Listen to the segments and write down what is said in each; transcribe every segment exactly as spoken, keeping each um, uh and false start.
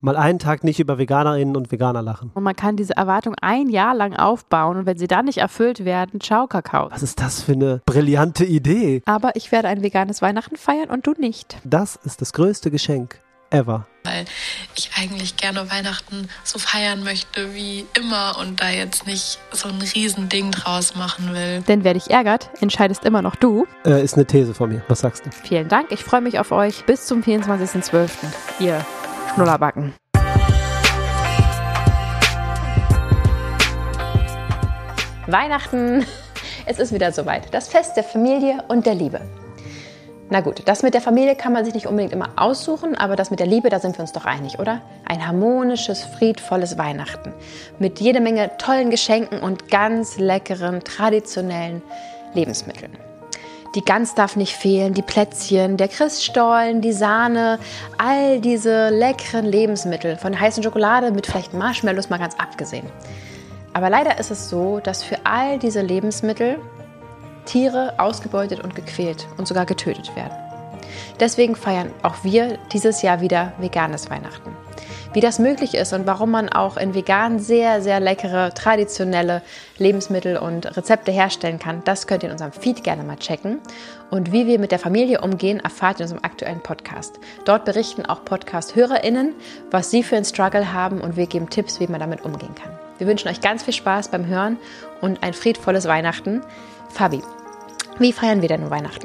Mal einen Tag nicht über Veganerinnen und Veganer lachen. Und man kann diese Erwartung ein Jahr lang aufbauen und wenn sie dann nicht erfüllt werden, ciao Kakao. Was ist das für eine brillante Idee? Aber ich werde ein veganes Weihnachten feiern und du nicht. Das ist das größte Geschenk ever. Weil ich eigentlich gerne Weihnachten so feiern möchte wie immer und da jetzt nicht so ein Riesending draus machen will. Denn wer dich ärgert, entscheidest immer noch du. Äh, ist eine These von mir. Was sagst du? Vielen Dank, ich freue mich auf euch. Bis zum vierundzwanzigsten zwölften Ihr Schnullerbacken. Weihnachten, es ist wieder soweit. Das Fest der Familie und der Liebe. Na gut, das mit der Familie kann man sich nicht unbedingt immer aussuchen, aber das mit der Liebe, da sind wir uns doch einig, oder? Ein harmonisches, friedvolles Weihnachten mit jede Menge tollen Geschenken und ganz leckeren, traditionellen Lebensmitteln. Die Gans darf nicht fehlen, die Plätzchen, der Christstollen, die Sahne, all diese leckeren Lebensmittel, von heißen Schokolade mit vielleicht Marshmallows mal ganz abgesehen. Aber leider ist es so, dass für all diese Lebensmittel Tiere ausgebeutet und gequält und sogar getötet werden. Deswegen feiern auch wir dieses Jahr wieder veganes Weihnachten. Wie das möglich ist und warum man auch in vegan sehr, sehr leckere, traditionelle Lebensmittel und Rezepte herstellen kann, das könnt ihr in unserem Feed gerne mal checken. Und wie wir mit der Familie umgehen, erfahrt ihr in unserem aktuellen Podcast. Dort berichten auch Podcast-HörerInnen, was sie für einen Struggle haben und wir geben Tipps, wie man damit umgehen kann. Wir wünschen euch ganz viel Spaß beim Hören und ein friedvolles Weihnachten. Fabi, wie feiern wir denn nun Weihnachten?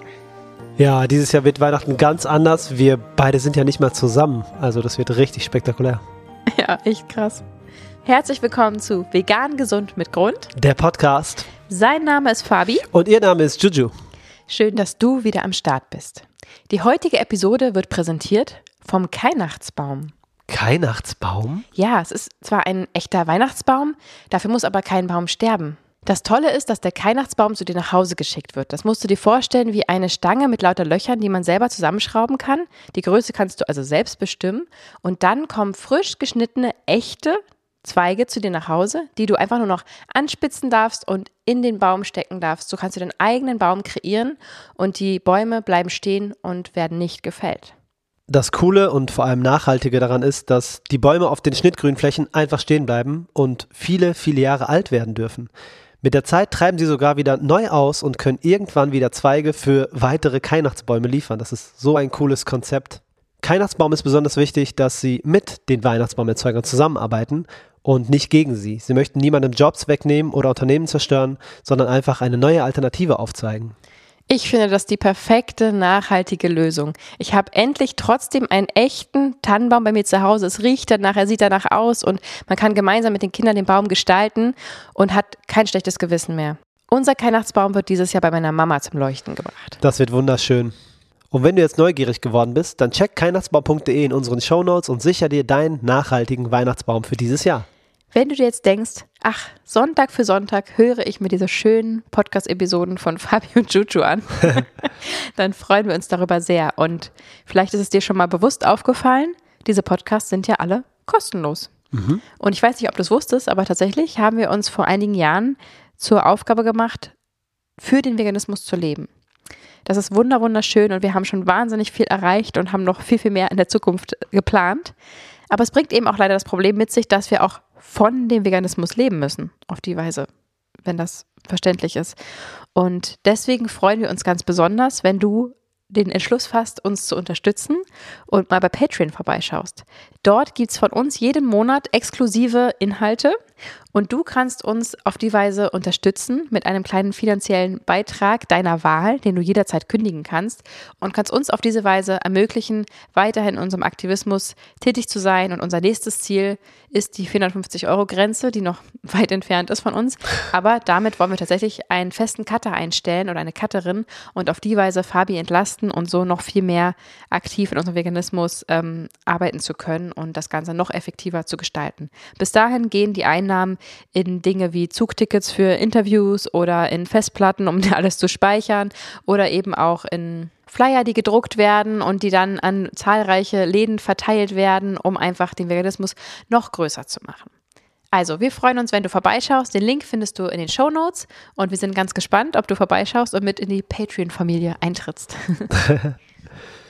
Ja, dieses Jahr wird Weihnachten ganz anders. Wir beide sind ja nicht mal zusammen. Also das wird richtig spektakulär. Ja, echt krass. Herzlich willkommen zu Vegan Gesund mit Grund. Der Podcast. Sein Name ist Fabi. Und ihr Name ist Juju. Schön, dass du wieder am Start bist. Die heutige Episode wird präsentiert vom Weihnachtsbaum. Weihnachtsbaum? Ja, es ist zwar ein echter Weihnachtsbaum, dafür muss aber kein Baum sterben. Das Tolle ist, dass der Weihnachtsbaum zu dir nach Hause geschickt wird. Das musst du dir vorstellen wie eine Stange mit lauter Löchern, die man selber zusammenschrauben kann. Die Größe kannst du also selbst bestimmen. Und dann kommen frisch geschnittene, echte Zweige zu dir nach Hause, die du einfach nur noch anspitzen darfst und in den Baum stecken darfst. So kannst du deinen eigenen Baum kreieren und die Bäume bleiben stehen und werden nicht gefällt. Das Coole und vor allem Nachhaltige daran ist, dass die Bäume auf den Schnittgrünflächen einfach stehen bleiben und viele, viele Jahre alt werden dürfen. Mit der Zeit treiben sie sogar wieder neu aus und können irgendwann wieder Zweige für weitere Weihnachtsbäume liefern. Das ist so ein cooles Konzept. Weihnachtsbaum ist besonders wichtig, dass sie mit den Weihnachtsbaumerzeugern zusammenarbeiten und nicht gegen sie. Sie möchten niemandem Jobs wegnehmen oder Unternehmen zerstören, sondern einfach eine neue Alternative aufzeigen. Ich finde das die perfekte, nachhaltige Lösung. Ich habe endlich trotzdem einen echten Tannenbaum bei mir zu Hause. Es riecht danach, er sieht danach aus und man kann gemeinsam mit den Kindern den Baum gestalten und hat kein schlechtes Gewissen mehr. Unser Weihnachtsbaum wird dieses Jahr bei meiner Mama zum Leuchten gebracht. Das wird wunderschön. Und wenn du jetzt neugierig geworden bist, dann check weihnachtsbaum punkt de in unseren Shownotes und sicher dir deinen nachhaltigen Weihnachtsbaum für dieses Jahr. Wenn du dir jetzt denkst, ach, Sonntag für Sonntag höre ich mir diese schönen Podcast-Episoden von Fabi und Juju an, dann freuen wir uns darüber sehr. Und vielleicht ist es dir schon mal bewusst aufgefallen, diese Podcasts sind ja alle kostenlos. Mhm. Und ich weiß nicht, ob du es wusstest, aber tatsächlich haben wir uns vor einigen Jahren zur Aufgabe gemacht, für den Veganismus zu leben. Das ist wunder wunderschön und wir haben schon wahnsinnig viel erreicht und haben noch viel, viel mehr in der Zukunft geplant. Aber es bringt eben auch leider das Problem mit sich, dass wir auch von dem Veganismus leben müssen, auf die Weise, wenn das verständlich ist. Und deswegen freuen wir uns ganz besonders, wenn du den Entschluss fasst, uns zu unterstützen und mal bei Patreon vorbeischaust. Dort gibt es von uns jeden Monat exklusive Inhalte und du kannst uns auf die Weise unterstützen mit einem kleinen finanziellen Beitrag deiner Wahl, den du jederzeit kündigen kannst und kannst uns auf diese Weise ermöglichen, weiterhin in unserem Aktivismus tätig zu sein. Und unser nächstes Ziel ist die vierhundertfünfzig Euro Grenze, die noch weit entfernt ist von uns. Aber damit wollen wir tatsächlich einen festen Cutter einstellen oder eine Cutterin und auf die Weise Fabi entlasten und so noch viel mehr aktiv in unserem Veganismus ähm, arbeiten zu können und das Ganze noch effektiver zu gestalten. Bis dahin gehen die Einnahmen in Dinge wie Zugtickets für Interviews oder in Festplatten, um alles zu speichern oder eben auch in Flyer, die gedruckt werden und die dann an zahlreiche Läden verteilt werden, um einfach den Veganismus noch größer zu machen. Also, wir freuen uns, wenn du vorbeischaust. Den Link findest du in den Shownotes und wir sind ganz gespannt, ob du vorbeischaust und mit in die Patreon-Familie eintrittst.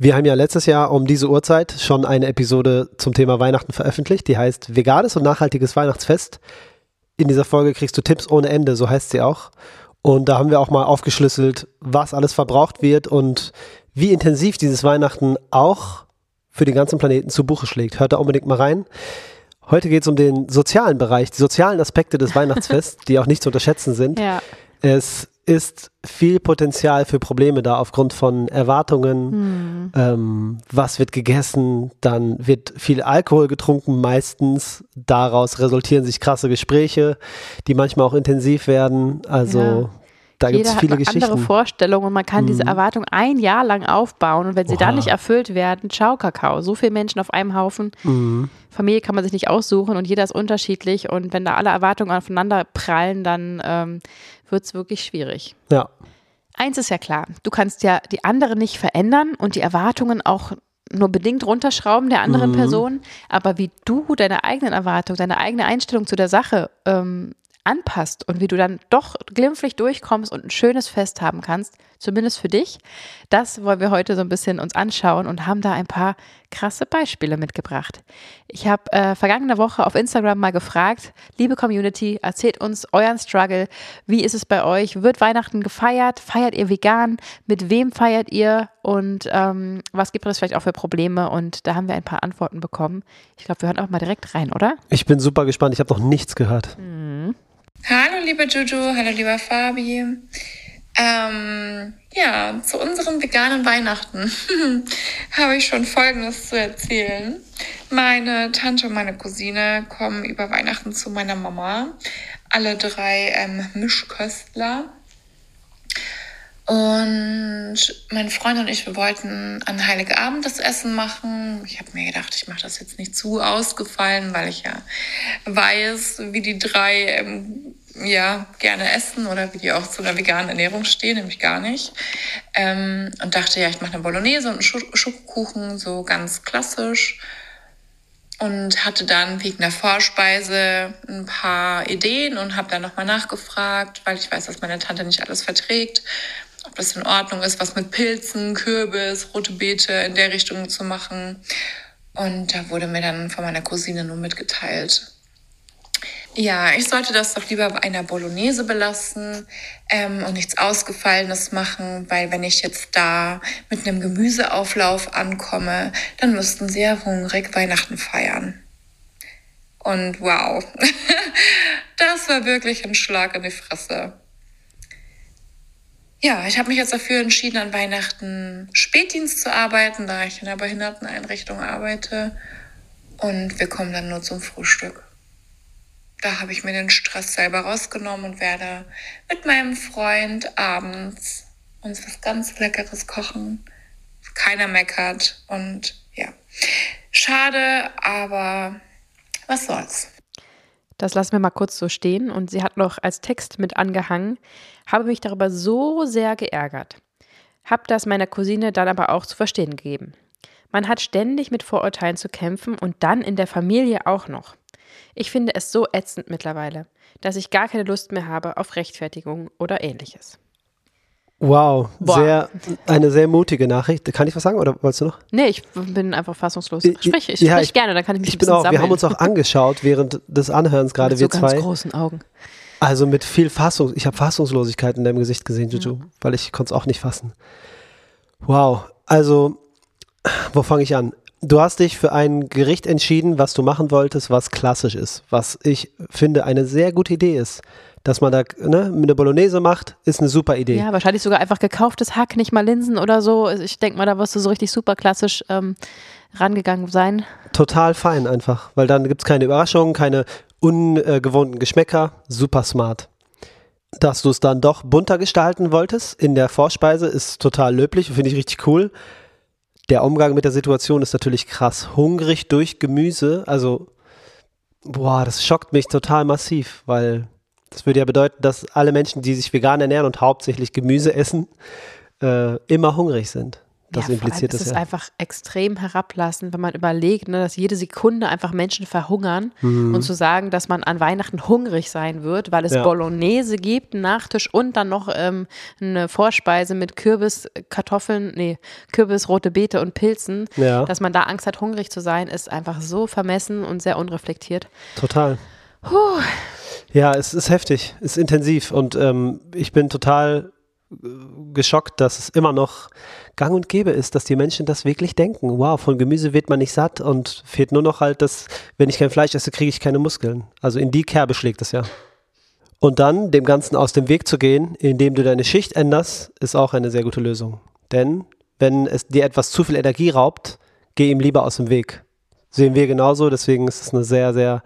Wir haben ja letztes Jahr um diese Uhrzeit schon eine Episode zum Thema Weihnachten veröffentlicht, die heißt Veganes und nachhaltiges Weihnachtsfest. In dieser Folge kriegst du Tipps ohne Ende, so heißt sie auch. Und da haben wir auch mal aufgeschlüsselt, was alles verbraucht wird und wie intensiv dieses Weihnachten auch für den ganzen Planeten zu Buche schlägt. Hört da unbedingt mal rein. Heute geht es um den sozialen Bereich, die sozialen Aspekte des Weihnachtsfests, die auch nicht zu unterschätzen sind. Ja. Es ist viel Potenzial für Probleme da aufgrund von Erwartungen. Hm. Ähm, was wird gegessen? Dann wird viel Alkohol getrunken meistens. Daraus resultieren sich krasse Gespräche, die manchmal auch intensiv werden. Also ja. Da gibt es viele Geschichten. Jeder hat eine Geschichten. andere Vorstellung und man kann mhm. diese Erwartung ein Jahr lang aufbauen und wenn sie Oha. dann nicht erfüllt werden, ciao Kakao. So viele Menschen auf einem Haufen. Mhm. Familie kann man sich nicht aussuchen und jeder ist unterschiedlich und wenn da alle Erwartungen aufeinander prallen, dann ähm, wird es wirklich schwierig. Ja. Eins ist ja klar, du kannst ja die anderen nicht verändern und die Erwartungen auch nur bedingt runterschrauben der anderen mhm. Person, aber wie du deine eigenen Erwartungen, deine eigene Einstellung zu der Sache ähm, anpasst und wie du dann doch glimpflich durchkommst und ein schönes Fest haben kannst, zumindest für dich, das wollen wir heute so ein bisschen uns anschauen und haben da ein paar krasse Beispiele mitgebracht. Ich habe äh, vergangene Woche auf Instagram mal gefragt, liebe Community, erzählt uns euren Struggle, wie ist es bei euch, wird Weihnachten gefeiert, feiert ihr vegan, mit wem feiert ihr und ähm, was gibt es vielleicht auch für Probleme und da haben wir ein paar Antworten bekommen. Ich glaube, wir hören auch mal direkt rein, oder? Ich bin super gespannt, ich habe noch nichts gehört. Mhm. Hallo liebe Juju, hallo lieber Fabi. Ähm, ja, zu unseren veganen Weihnachten habe ich schon Folgendes zu erzählen. Meine Tante und meine Cousine kommen über Weihnachten zu meiner Mama. Alle drei ähm, Mischköstler. Und mein Freund und ich, wir wollten an Heiligabend das Essen machen. Ich habe mir gedacht, ich mache das jetzt nicht zu ausgefallen, weil ich ja weiß, wie die drei ähm, ja gerne essen oder wie die auch zu einer veganen Ernährung stehen, nämlich gar nicht. Ähm, und dachte, ja, ich mache eine Bolognese und einen Sch- Schokokuchen, so ganz klassisch. Und hatte dann wegen der Vorspeise ein paar Ideen und habe dann nochmal nachgefragt, weil ich weiß, dass meine Tante nicht alles verträgt, ob das in Ordnung ist, was mit Pilzen, Kürbis, rote Beete in der Richtung zu machen. Und da wurde mir dann von meiner Cousine nur mitgeteilt, ja, ich sollte das doch lieber bei einer Bolognese belassen ähm, und nichts Ausgefallenes machen, weil wenn ich jetzt da mit einem Gemüseauflauf ankomme, dann müssten sie ja hungrig Weihnachten feiern. Und wow, das war wirklich ein Schlag in die Fresse. Ja, ich habe mich jetzt dafür entschieden, an Weihnachten Spätdienst zu arbeiten, da ich in einer Behinderteneinrichtung arbeite. Und wir kommen dann nur zum Frühstück. Da habe ich mir den Stress selber rausgenommen und werde mit meinem Freund abends uns was ganz Leckeres kochen. Keiner meckert und ja, schade, aber was soll's. Das lassen wir mal kurz so stehen und sie hat noch als Text mit angehangen, habe mich darüber so sehr geärgert. Hab das meiner Cousine dann aber auch zu verstehen gegeben. Man hat ständig mit Vorurteilen zu kämpfen und dann in der Familie auch noch. Ich finde es so ätzend mittlerweile, dass ich gar keine Lust mehr habe auf Rechtfertigung oder Ähnliches. Wow, Boah. sehr, eine sehr mutige Nachricht. Kann ich was sagen oder wolltest du noch? Nee, ich bin einfach fassungslos. Ich- Sprich, ich ja, sprich ich- gerne, dann kann ich mich Ich ein bin bisschen auch, sammeln. wir haben uns auch angeschaut während des Anhörens, gerade mit wir so ganz zwei. großen Augen. Also mit viel Fassung, ich habe Fassungslosigkeit in deinem Gesicht gesehen, Juju, Mhm. weil ich konnte es auch nicht fassen. Wow, also, wo fange ich an? Du hast dich für ein Gericht entschieden, was du machen wolltest, was klassisch ist, was ich finde eine sehr gute Idee ist. Dass man da ne, eine Bolognese macht, ist eine super Idee. Ja, wahrscheinlich sogar einfach gekauftes Hack, nicht mal Linsen oder so. Ich denke mal, da wirst du so richtig super klassisch ähm, rangegangen sein. Total fein einfach, weil dann gibt es keine Überraschungen, keine ungewohnten Geschmäcker. Super smart. Dass du es dann doch bunter gestalten wolltest in der Vorspeise, ist total löblich, finde ich richtig cool. Der Umgang mit der Situation ist natürlich krass. Hungrig durch Gemüse, also boah, das schockt mich total massiv, weil das würde ja bedeuten, dass alle Menschen, die sich vegan ernähren und hauptsächlich Gemüse essen, äh, immer hungrig sind. das ja, impliziert es. Es ist ja. einfach extrem herablassend, wenn man überlegt, ne, dass jede Sekunde einfach Menschen verhungern mhm. und zu sagen, dass man an Weihnachten hungrig sein wird, weil es ja. Bolognese gibt, einen Nachtisch und dann noch ähm, eine Vorspeise mit Kürbis, Kartoffeln, nee, Kürbis, rote Beete und Pilzen, ja. dass man da Angst hat, hungrig zu sein, ist einfach so vermessen und sehr unreflektiert. Total. Puh. Ja, es ist heftig, es ist intensiv und ähm, ich bin total geschockt, dass es immer noch gang und gäbe ist, dass die Menschen das wirklich denken. Wow, von Gemüse wird man nicht satt und fehlt nur noch halt, dass, wenn ich kein Fleisch esse, kriege ich keine Muskeln. Also in die Kerbe schlägt es ja. Und dann dem Ganzen aus dem Weg zu gehen, indem du deine Schicht änderst, ist auch eine sehr gute Lösung. Denn wenn es dir etwas zu viel Energie raubt, geh ihm lieber aus dem Weg. Sehen wir genauso, deswegen ist es eine sehr, sehr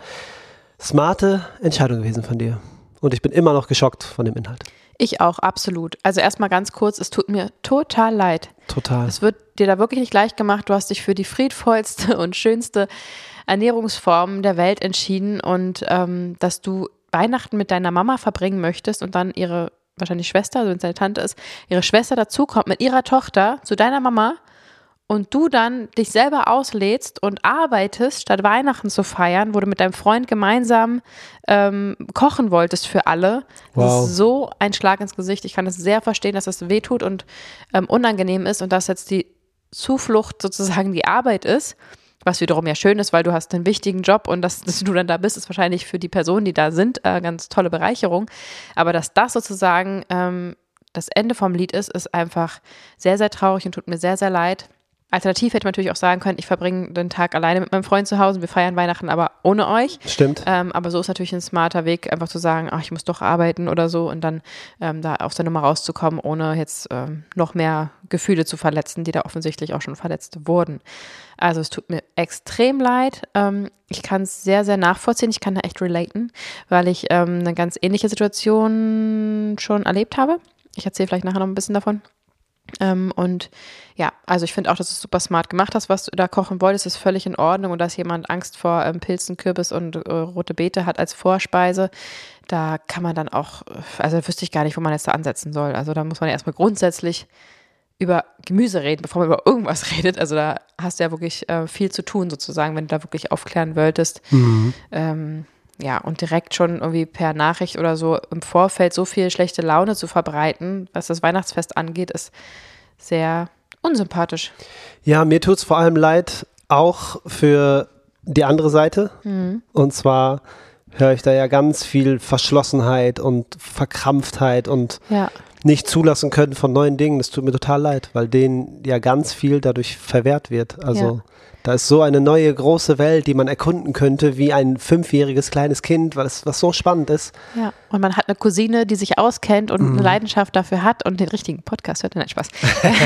smarte Entscheidung gewesen von dir. Und ich bin immer noch geschockt von dem Inhalt. Ich auch, absolut. Also erstmal ganz kurz, es tut mir total leid. Total. Es wird dir da wirklich nicht leicht gemacht. Du hast dich für die friedvollste und schönste Ernährungsform der Welt entschieden und ähm, dass du Weihnachten mit deiner Mama verbringen möchtest und dann ihre, wahrscheinlich Schwester, also wenn es deine Tante ist, ihre Schwester dazukommt mit ihrer Tochter zu deiner Mama und du dann dich selber auslädst und arbeitest, statt Weihnachten zu feiern, wo du mit deinem Freund gemeinsam ähm, kochen wolltest für alle. Das wow. ist so ein Schlag ins Gesicht. Ich kann das sehr verstehen, dass das wehtut und ähm, unangenehm ist und dass jetzt die Zuflucht sozusagen die Arbeit ist, was wiederum ja schön ist, weil du hast einen wichtigen Job und dass, dass du dann da bist, ist wahrscheinlich für die Personen, die da sind, äh, ganz tolle Bereicherung. Aber dass das sozusagen ähm, das Ende vom Lied ist, ist einfach sehr, sehr traurig und tut mir sehr, sehr leid. Alternativ hätte man natürlich auch sagen können, ich verbringe den Tag alleine mit meinem Freund zu Hause, wir feiern Weihnachten aber ohne euch. Stimmt. Ähm, aber so ist natürlich ein smarter Weg, einfach zu sagen, ach, ich muss doch arbeiten oder so und dann ähm, da aus der Nummer rauszukommen, ohne jetzt ähm, noch mehr Gefühle zu verletzen, die da offensichtlich auch schon verletzt wurden. Also es tut mir extrem leid. Ähm, ich kann es sehr, sehr nachvollziehen. Ich kann da echt relaten, weil ich ähm, eine ganz ähnliche Situation schon erlebt habe. Ich erzähle vielleicht nachher noch ein bisschen davon. Ähm, und ja, also ich finde auch, dass du es super smart gemacht hast, was du da kochen wolltest, ist völlig in Ordnung und dass jemand Angst vor ähm, Pilzen, Kürbis und äh, rote Beete hat als Vorspeise, da kann man dann auch, also da wüsste ich gar nicht, wo man jetzt da ansetzen soll. Also da muss man ja erstmal grundsätzlich über Gemüse reden, bevor man über irgendwas redet. Also da hast du ja wirklich äh, viel zu tun sozusagen, wenn du da wirklich aufklären wolltest. Mhm. Ähm, Ja, und direkt schon irgendwie per Nachricht oder so im Vorfeld so viel schlechte Laune zu verbreiten, was das Weihnachtsfest angeht, ist sehr unsympathisch. Ja, mir tut es vor allem leid, auch für die andere Seite. Mhm. Und zwar höre ich da ja ganz viel Verschlossenheit und Verkrampftheit und ja. nicht zulassen können von neuen Dingen. Das tut mir total leid, weil denen ja ganz viel dadurch verwehrt wird. Also ja. Da ist so eine neue große Welt, die man erkunden könnte, wie ein fünfjähriges kleines Kind, was, was so spannend ist. Ja, und man hat eine Cousine, die sich auskennt und mm. eine Leidenschaft dafür hat und den richtigen Podcast hört, nein, Spaß.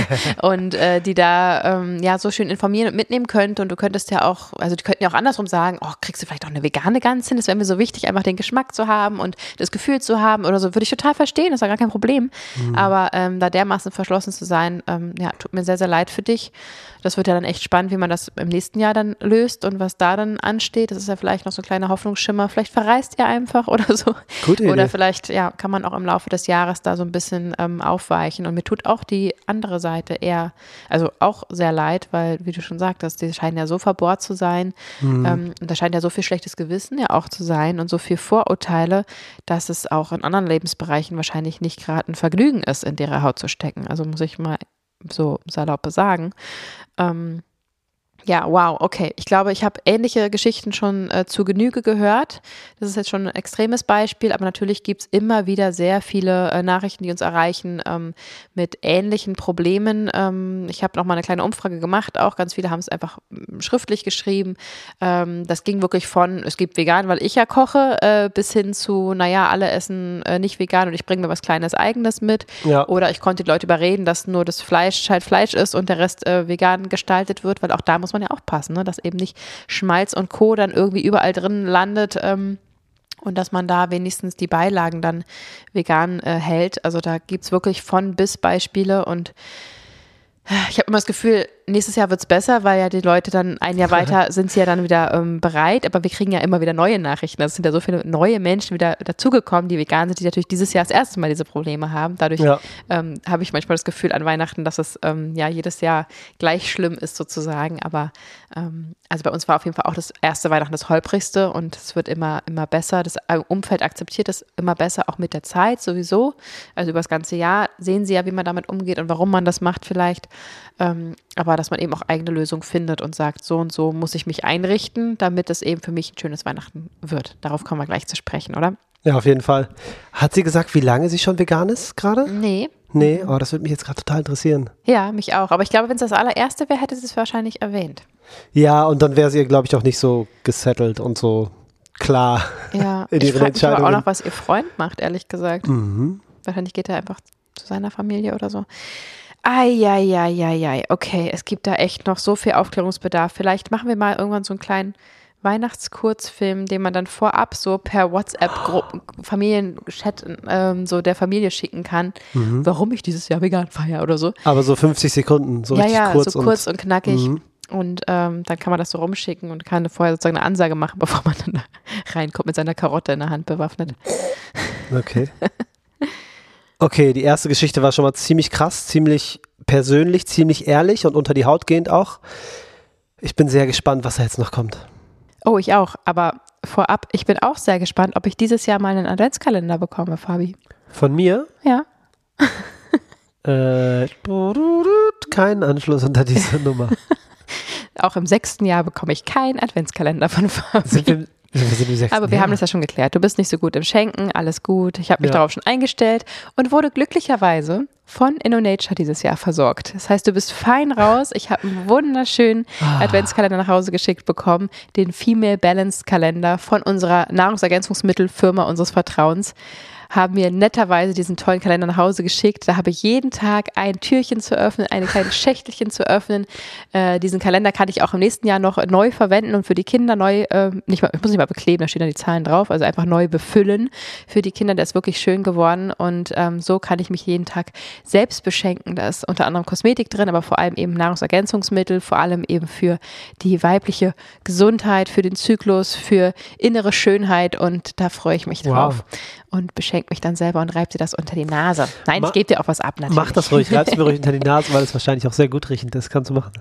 und äh, die da ähm, ja so schön informieren und mitnehmen könnte. Und du könntest ja auch, also die könnten ja auch andersrum sagen, oh, kriegst du vielleicht auch eine vegane Gans hin? Das wäre mir so wichtig, einfach den Geschmack zu haben und das Gefühl zu haben oder so. Würde ich total verstehen, das war gar kein Problem. Mm. Aber ähm, da dermaßen verschlossen zu sein, ähm, ja, tut mir sehr, sehr leid für dich. Das wird ja dann echt spannend, wie man das im nächsten Jahr dann löst und was da dann ansteht. Das ist ja vielleicht noch so ein kleiner Hoffnungsschimmer. Vielleicht verreist ihr einfach oder so. Gute Idee. Oder vielleicht ja, kann man auch im Laufe des Jahres da so ein bisschen ähm, aufweichen. Und mir tut auch die andere Seite eher, also auch sehr leid, weil, wie du schon sagtest, die scheinen ja so verbohrt zu sein. Mhm. Ähm, und da scheint ja so viel schlechtes Gewissen ja auch zu sein und so viel Vorurteile, dass es auch in anderen Lebensbereichen wahrscheinlich nicht gerade ein Vergnügen ist, in deren Haut zu stecken. Also muss ich mal so salopp sagen. Ähm, ja, wow, okay. Ich glaube, ich habe ähnliche Geschichten schon äh, zu Genüge gehört. Das ist jetzt schon ein extremes Beispiel, aber natürlich gibt es immer wieder sehr viele äh, Nachrichten, die uns erreichen ähm, mit ähnlichen Problemen. Ähm, ich habe noch mal eine kleine Umfrage gemacht, auch ganz viele haben es einfach schriftlich geschrieben. Ähm, das ging wirklich von, es gibt vegan, weil ich ja koche, äh, bis hin zu, naja, alle essen äh, nicht vegan und ich bringe mir was Kleines Eigenes mit. Ja. Oder ich konnte die Leute überreden, dass nur das Fleisch halt Fleisch ist und der Rest äh, vegan gestaltet wird, weil auch da muss man ja aufpassen, ne? Dass eben nicht Schmalz und Co. dann irgendwie überall drin landet ähm, und dass man da wenigstens die Beilagen dann vegan äh, hält. Also da gibt es wirklich von bis Beispiele und ich habe immer das Gefühl, nächstes Jahr wird es besser, weil ja die Leute dann ein Jahr weiter sind sie ja dann wieder ähm, bereit, aber wir kriegen ja immer wieder neue Nachrichten. Es sind ja so viele neue Menschen wieder dazugekommen, die vegan sind, die natürlich dieses Jahr das erste Mal diese Probleme haben. Dadurch ja. ähm, habe ich manchmal das Gefühl an Weihnachten, dass es ähm, ja jedes Jahr gleich schlimm ist sozusagen, aber ähm, also bei uns war auf jeden Fall auch das erste Weihnachten das holprigste und es wird immer, immer besser. Das Umfeld akzeptiert das immer besser, auch mit der Zeit sowieso. Also über das ganze Jahr sehen sie ja, wie man damit umgeht und warum man das macht vielleicht. Ähm, aber dass man eben auch eigene Lösungen findet und sagt, so und so muss ich mich einrichten, damit es eben für mich ein schönes Weihnachten wird. Darauf kommen wir gleich zu sprechen, oder? Ja, auf jeden Fall. Hat sie gesagt, wie lange sie schon vegan ist gerade? Nee. Nee, oh, das würde mich jetzt gerade total interessieren. Ja, mich auch. Aber ich glaube, wenn es das allererste wäre, hätte sie es wahrscheinlich erwähnt. Ja, und dann wäre sie, glaube ich, auch nicht so gesettelt und so klar ja. in ihren Entscheidungen. Ich frage mich aber auch noch, was ihr Freund macht, ehrlich gesagt. Mhm. Wahrscheinlich geht er einfach zu seiner Familie oder so. Eieieiei, okay, es gibt da echt noch so viel Aufklärungsbedarf. Vielleicht machen wir mal irgendwann so einen kleinen Weihnachtskurzfilm, den man dann vorab so per WhatsApp-Familienchat ähm, so der Familie schicken kann, mhm. warum ich dieses Jahr vegan feiere oder so. Aber so fünfzig Sekunden, so ja, richtig ja, kurz. Ja, so kurz und, und knackig. Mhm. Und ähm, dann kann man das so rumschicken und kann vorher sozusagen eine Ansage machen, bevor man dann da reinkommt mit seiner Karotte in der Hand bewaffnet. Okay. Okay, die erste Geschichte war schon mal ziemlich krass, ziemlich persönlich, ziemlich ehrlich und unter die Haut gehend auch. Ich bin sehr gespannt, was da jetzt noch kommt. Oh, ich auch. Aber vorab, ich bin auch sehr gespannt, ob ich dieses Jahr mal einen Adventskalender bekomme, Fabi. Von mir? Ja. äh, keinen Anschluss unter diese Nummer. Auch im sechsten Jahr bekomme ich keinen Adventskalender von Fabi. Sind wir, wir sind im sechsten Aber wir Jahr. haben das ja schon geklärt. Du bist nicht so gut im Schenken, alles gut. Ich habe mich ja. darauf schon eingestellt und wurde glücklicherweise von InnoNature dieses Jahr versorgt. Das heißt, du bist fein raus. Ich habe einen wunderschönen ah. Adventskalender nach Hause geschickt bekommen, den Female Balanced Kalender von unserer Nahrungsergänzungsmittelfirma unseres Vertrauens. Haben mir netterweise diesen tollen Kalender nach Hause geschickt. Da habe ich jeden Tag ein Türchen zu öffnen, eine kleine Schächtelchen zu öffnen. Äh, diesen Kalender kann ich auch im nächsten Jahr noch neu verwenden und für die Kinder neu, äh, nicht mal, ich muss nicht mal bekleben, da stehen dann die Zahlen drauf, also einfach neu befüllen für die Kinder. Der ist wirklich schön geworden und ähm, so kann ich mich jeden Tag selbst beschenken. Da ist unter anderem Kosmetik drin, aber vor allem eben Nahrungsergänzungsmittel, vor allem eben für die weibliche Gesundheit, für den Zyklus, für innere Schönheit und da freue ich mich drauf. Wow. Und beschenkt mich dann selber und reibt sie das unter die Nase. Nein, Ma- ich gebe dir auch was ab, natürlich. Mach das ruhig, reib's mir ruhig unter die Nase, weil es wahrscheinlich auch sehr gut riechend ist. Kannst du machen.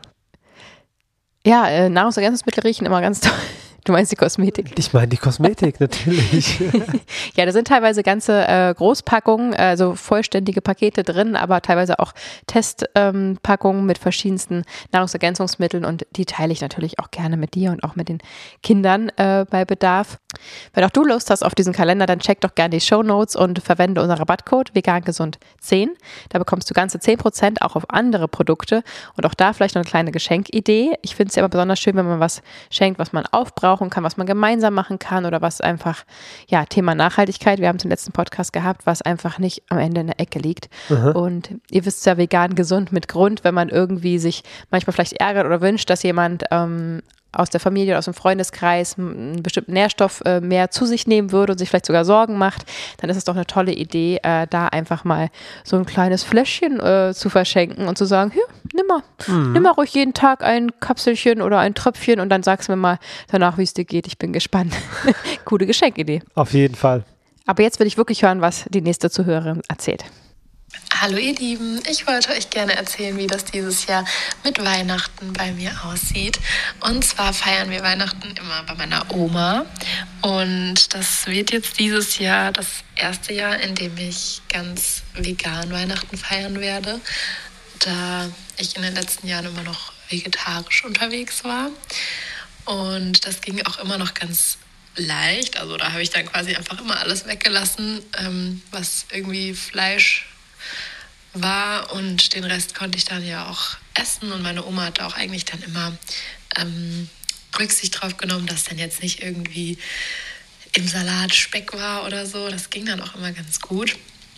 Ja, äh, Nahrungsergänzungsmittel riechen immer ganz toll. Du meinst die Kosmetik? Ich meine die Kosmetik, natürlich. Ja, da sind teilweise ganze äh, Großpackungen, also vollständige Pakete drin, aber teilweise auch Testpackungen ähm, mit verschiedensten Nahrungsergänzungsmitteln und die teile ich natürlich auch gerne mit dir und auch mit den Kindern äh, bei Bedarf. Wenn auch du Lust hast auf diesen Kalender, dann check doch gerne die Shownotes und verwende unseren Rabattcode vegan gesund zehn. Da bekommst du ganze zehn Prozent auch auf andere Produkte und auch da vielleicht noch eine kleine Geschenkidee. Ich finde es ja immer besonders schön, wenn man was schenkt, was man aufbraucht kann, was man gemeinsam machen kann oder was einfach, ja, Thema Nachhaltigkeit, wir haben es im letzten Podcast gehabt, was einfach nicht am Ende in der Ecke liegt. Mhm. Und ihr wisst ja, vegan gesund mit Grund, wenn man irgendwie sich manchmal vielleicht ärgert oder wünscht, dass jemand ähm, aus der Familie oder aus dem Freundeskreis einen bestimmten Nährstoff äh, mehr zu sich nehmen würde und sich vielleicht sogar Sorgen macht, dann ist es doch eine tolle Idee, äh, da einfach mal so ein kleines Fläschchen äh, zu verschenken und zu sagen, hier, nimm mal, mhm. nimm mal ruhig jeden Tag ein Kapselchen oder ein Tröpfchen und dann sagst du mir mal danach, wie es dir geht. Ich bin gespannt. Coole Geschenkidee. Auf jeden Fall. Aber jetzt will ich wirklich hören, was die nächste Zuhörerin erzählt. Hallo ihr Lieben, ich wollte euch gerne erzählen, wie das dieses Jahr mit Weihnachten bei mir aussieht. Und zwar feiern wir Weihnachten immer bei meiner Oma und das wird jetzt dieses Jahr das erste Jahr, in dem ich ganz vegan Weihnachten feiern werde, da ich in den letzten Jahren immer noch vegetarisch unterwegs war und das ging auch immer noch ganz leicht, also da habe ich dann quasi einfach immer alles weggelassen, ähm, was irgendwie Fleisch war und den Rest konnte ich dann ja auch essen und meine Oma hat auch eigentlich dann immer ähm, Rücksicht drauf genommen, dass dann jetzt nicht irgendwie im Salat Speck war oder so. Das ging dann auch immer ganz gut.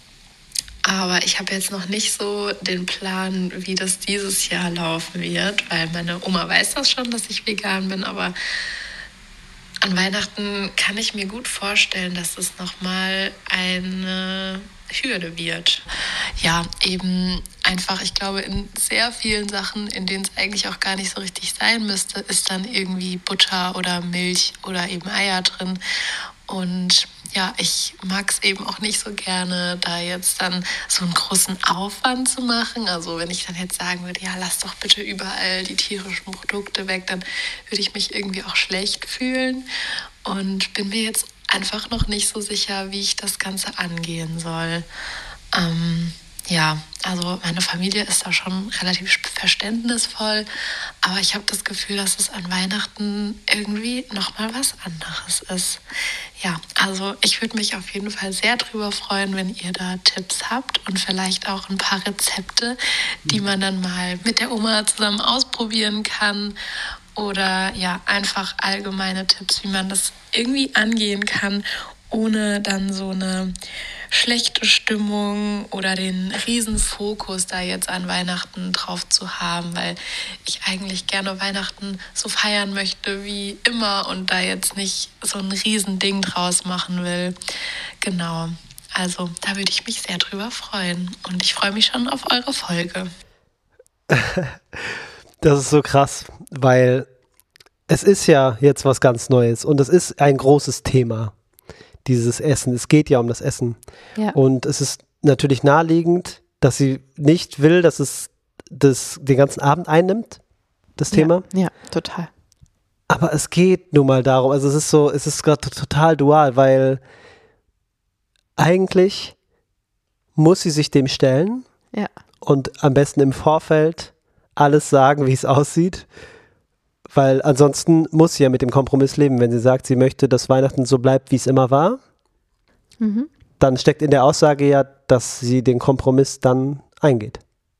Aber ich habe jetzt noch nicht so den Plan, wie das dieses Jahr laufen wird, weil meine Oma weiß das schon, dass ich vegan bin, aber an Weihnachten kann ich mir gut vorstellen, dass es nochmal eine Hürde wird. ja, eben einfach, ich glaube, in sehr vielen Sachen, in denen es eigentlich auch gar nicht so richtig sein müsste, ist dann irgendwie Butter oder Milch oder eben Eier drin. Und ja, ich mag es eben auch nicht so gerne, da jetzt dann so einen großen Aufwand zu machen. Also wenn ich dann jetzt sagen würde, ja, lass doch bitte überall die tierischen Produkte weg, dann würde ich mich irgendwie auch schlecht fühlen und bin mir jetzt einfach noch nicht so sicher, wie ich das Ganze angehen soll. Ähm, ja, also meine Familie ist da schon relativ verständnisvoll, aber ich habe das Gefühl, dass es an Weihnachten irgendwie nochmal was anderes ist. Ja, also ich würde mich auf jeden Fall sehr drüber freuen, wenn ihr da Tipps habt und vielleicht auch ein paar Rezepte, die man dann mal mit der Oma zusammen ausprobieren kann. Oder ja, einfach allgemeine Tipps, wie man das irgendwie angehen kann, ohne dann so eine schlechte Stimmung oder den riesen Fokus da jetzt an Weihnachten drauf zu haben, weil ich eigentlich gerne Weihnachten so feiern möchte wie immer und da jetzt nicht so ein riesen Ding draus machen will. Genau, also da würde ich mich sehr drüber freuen und ich freue mich schon auf eure Folge. Das ist so krass, weil es ist ja jetzt was ganz Neues und es ist ein großes Thema. Dieses Essen. Es geht ja um das Essen. Ja. Und es ist natürlich naheliegend, dass sie nicht will, dass es das, den ganzen Abend einnimmt, das Thema. Ja, ja, total. Aber es geht nun mal darum, also es ist so, es ist gerade total dual, weil eigentlich muss sie sich dem stellen ja. und am besten im Vorfeld alles sagen, wie es aussieht. Weil ansonsten muss sie ja mit dem Kompromiss leben. Wenn sie sagt, sie möchte, dass Weihnachten so bleibt, wie es immer war, mhm. dann steckt in der Aussage ja, dass sie den Kompromiss dann eingeht.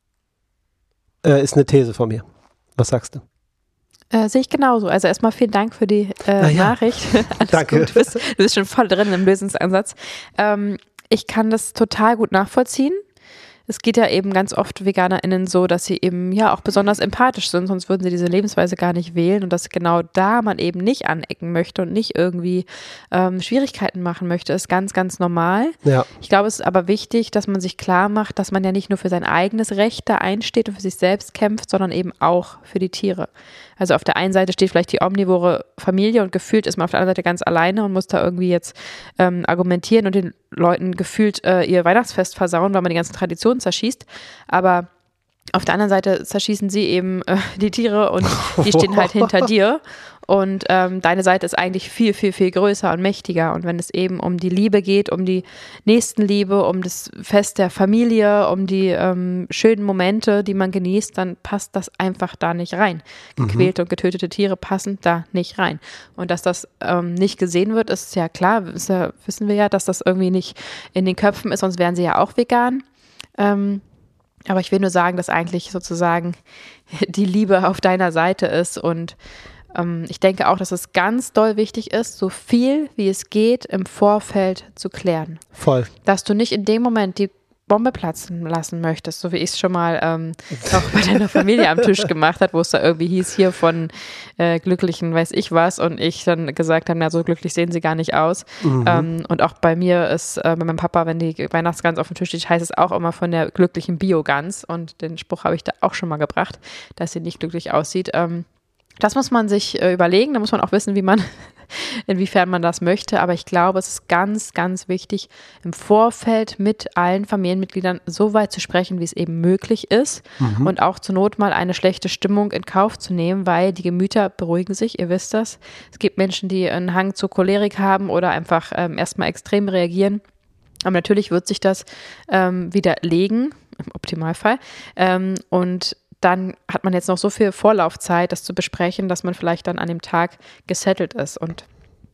Äh, ist eine These von mir. Was sagst du? Äh, sehe ich genauso. Also erstmal vielen Dank für die äh, ja. Nachricht. Danke. Gut. Du bist, du bist schon voll drin im Lösungsansatz. Ähm, ich kann das total gut nachvollziehen. Es geht ja eben ganz oft VeganerInnen so, dass sie eben ja auch besonders empathisch sind, sonst würden sie diese Lebensweise gar nicht wählen und dass genau da man eben nicht anecken möchte und nicht irgendwie ähm, Schwierigkeiten machen möchte, ist ganz, ganz normal. Ja. Ich glaube, es ist aber wichtig, dass man sich klar macht, dass man ja nicht nur für sein eigenes Recht da einsteht und für sich selbst kämpft, sondern eben auch für die Tiere. Also auf der einen Seite steht vielleicht die omnivore Familie und gefühlt ist man auf der anderen Seite ganz alleine und muss da irgendwie jetzt ähm, argumentieren und den Leuten gefühlt äh, ihr Weihnachtsfest versauen, weil man die ganzen Traditionen zerschießt. Aber auf der anderen Seite zerschießen sie eben äh, die Tiere und die stehen halt hinter dir. Und ähm, deine Seite ist eigentlich viel, viel, viel größer und mächtiger. Und wenn es eben um die Liebe geht, um die Nächstenliebe, um das Fest der Familie, um die ähm, schönen Momente, die man genießt, dann passt das einfach da nicht rein. Gequälte mhm. und getötete Tiere passen da nicht rein. Und dass das ähm, nicht gesehen wird, ist ja klar, ist ja, wissen wir ja, dass das irgendwie nicht in den Köpfen ist, sonst wären sie ja auch vegan. Ähm, aber ich will nur sagen, dass eigentlich sozusagen die Liebe auf deiner Seite ist und ähm, ich denke auch, dass es ganz doll wichtig ist, so viel wie es geht im Vorfeld zu klären. Voll. Dass du nicht in dem Moment die Bombe platzen lassen möchtest, so wie ich es schon mal ähm, auch bei deiner Familie am Tisch gemacht habe, wo es da irgendwie hieß, hier von äh, Glücklichen weiß ich was und ich dann gesagt habe, na so glücklich sehen sie gar nicht aus. Mhm. Ähm, und auch bei mir ist, äh, bei meinem Papa, wenn die Weihnachtsgans auf dem Tisch steht, heißt es auch immer von der glücklichen Bio-Gans und den Spruch habe ich da auch schon mal gebracht, dass sie nicht glücklich aussieht. Ähm, Das muss man sich äh, überlegen, da muss man auch wissen, wie man, inwiefern man das möchte, aber ich glaube, es ist ganz, ganz wichtig, im Vorfeld mit allen Familienmitgliedern so weit zu sprechen, wie es eben möglich ist mhm. und auch zur Not mal eine schlechte Stimmung in Kauf zu nehmen, weil die Gemüter beruhigen sich, ihr wisst das. Es gibt Menschen, die einen Hang zur Cholerik haben oder einfach ähm, erstmal extrem reagieren, aber natürlich wird sich das ähm, wieder legen, im Optimalfall, ähm, und dann hat man jetzt noch so viel Vorlaufzeit, das zu besprechen, dass man vielleicht dann an dem Tag gesettelt ist. Und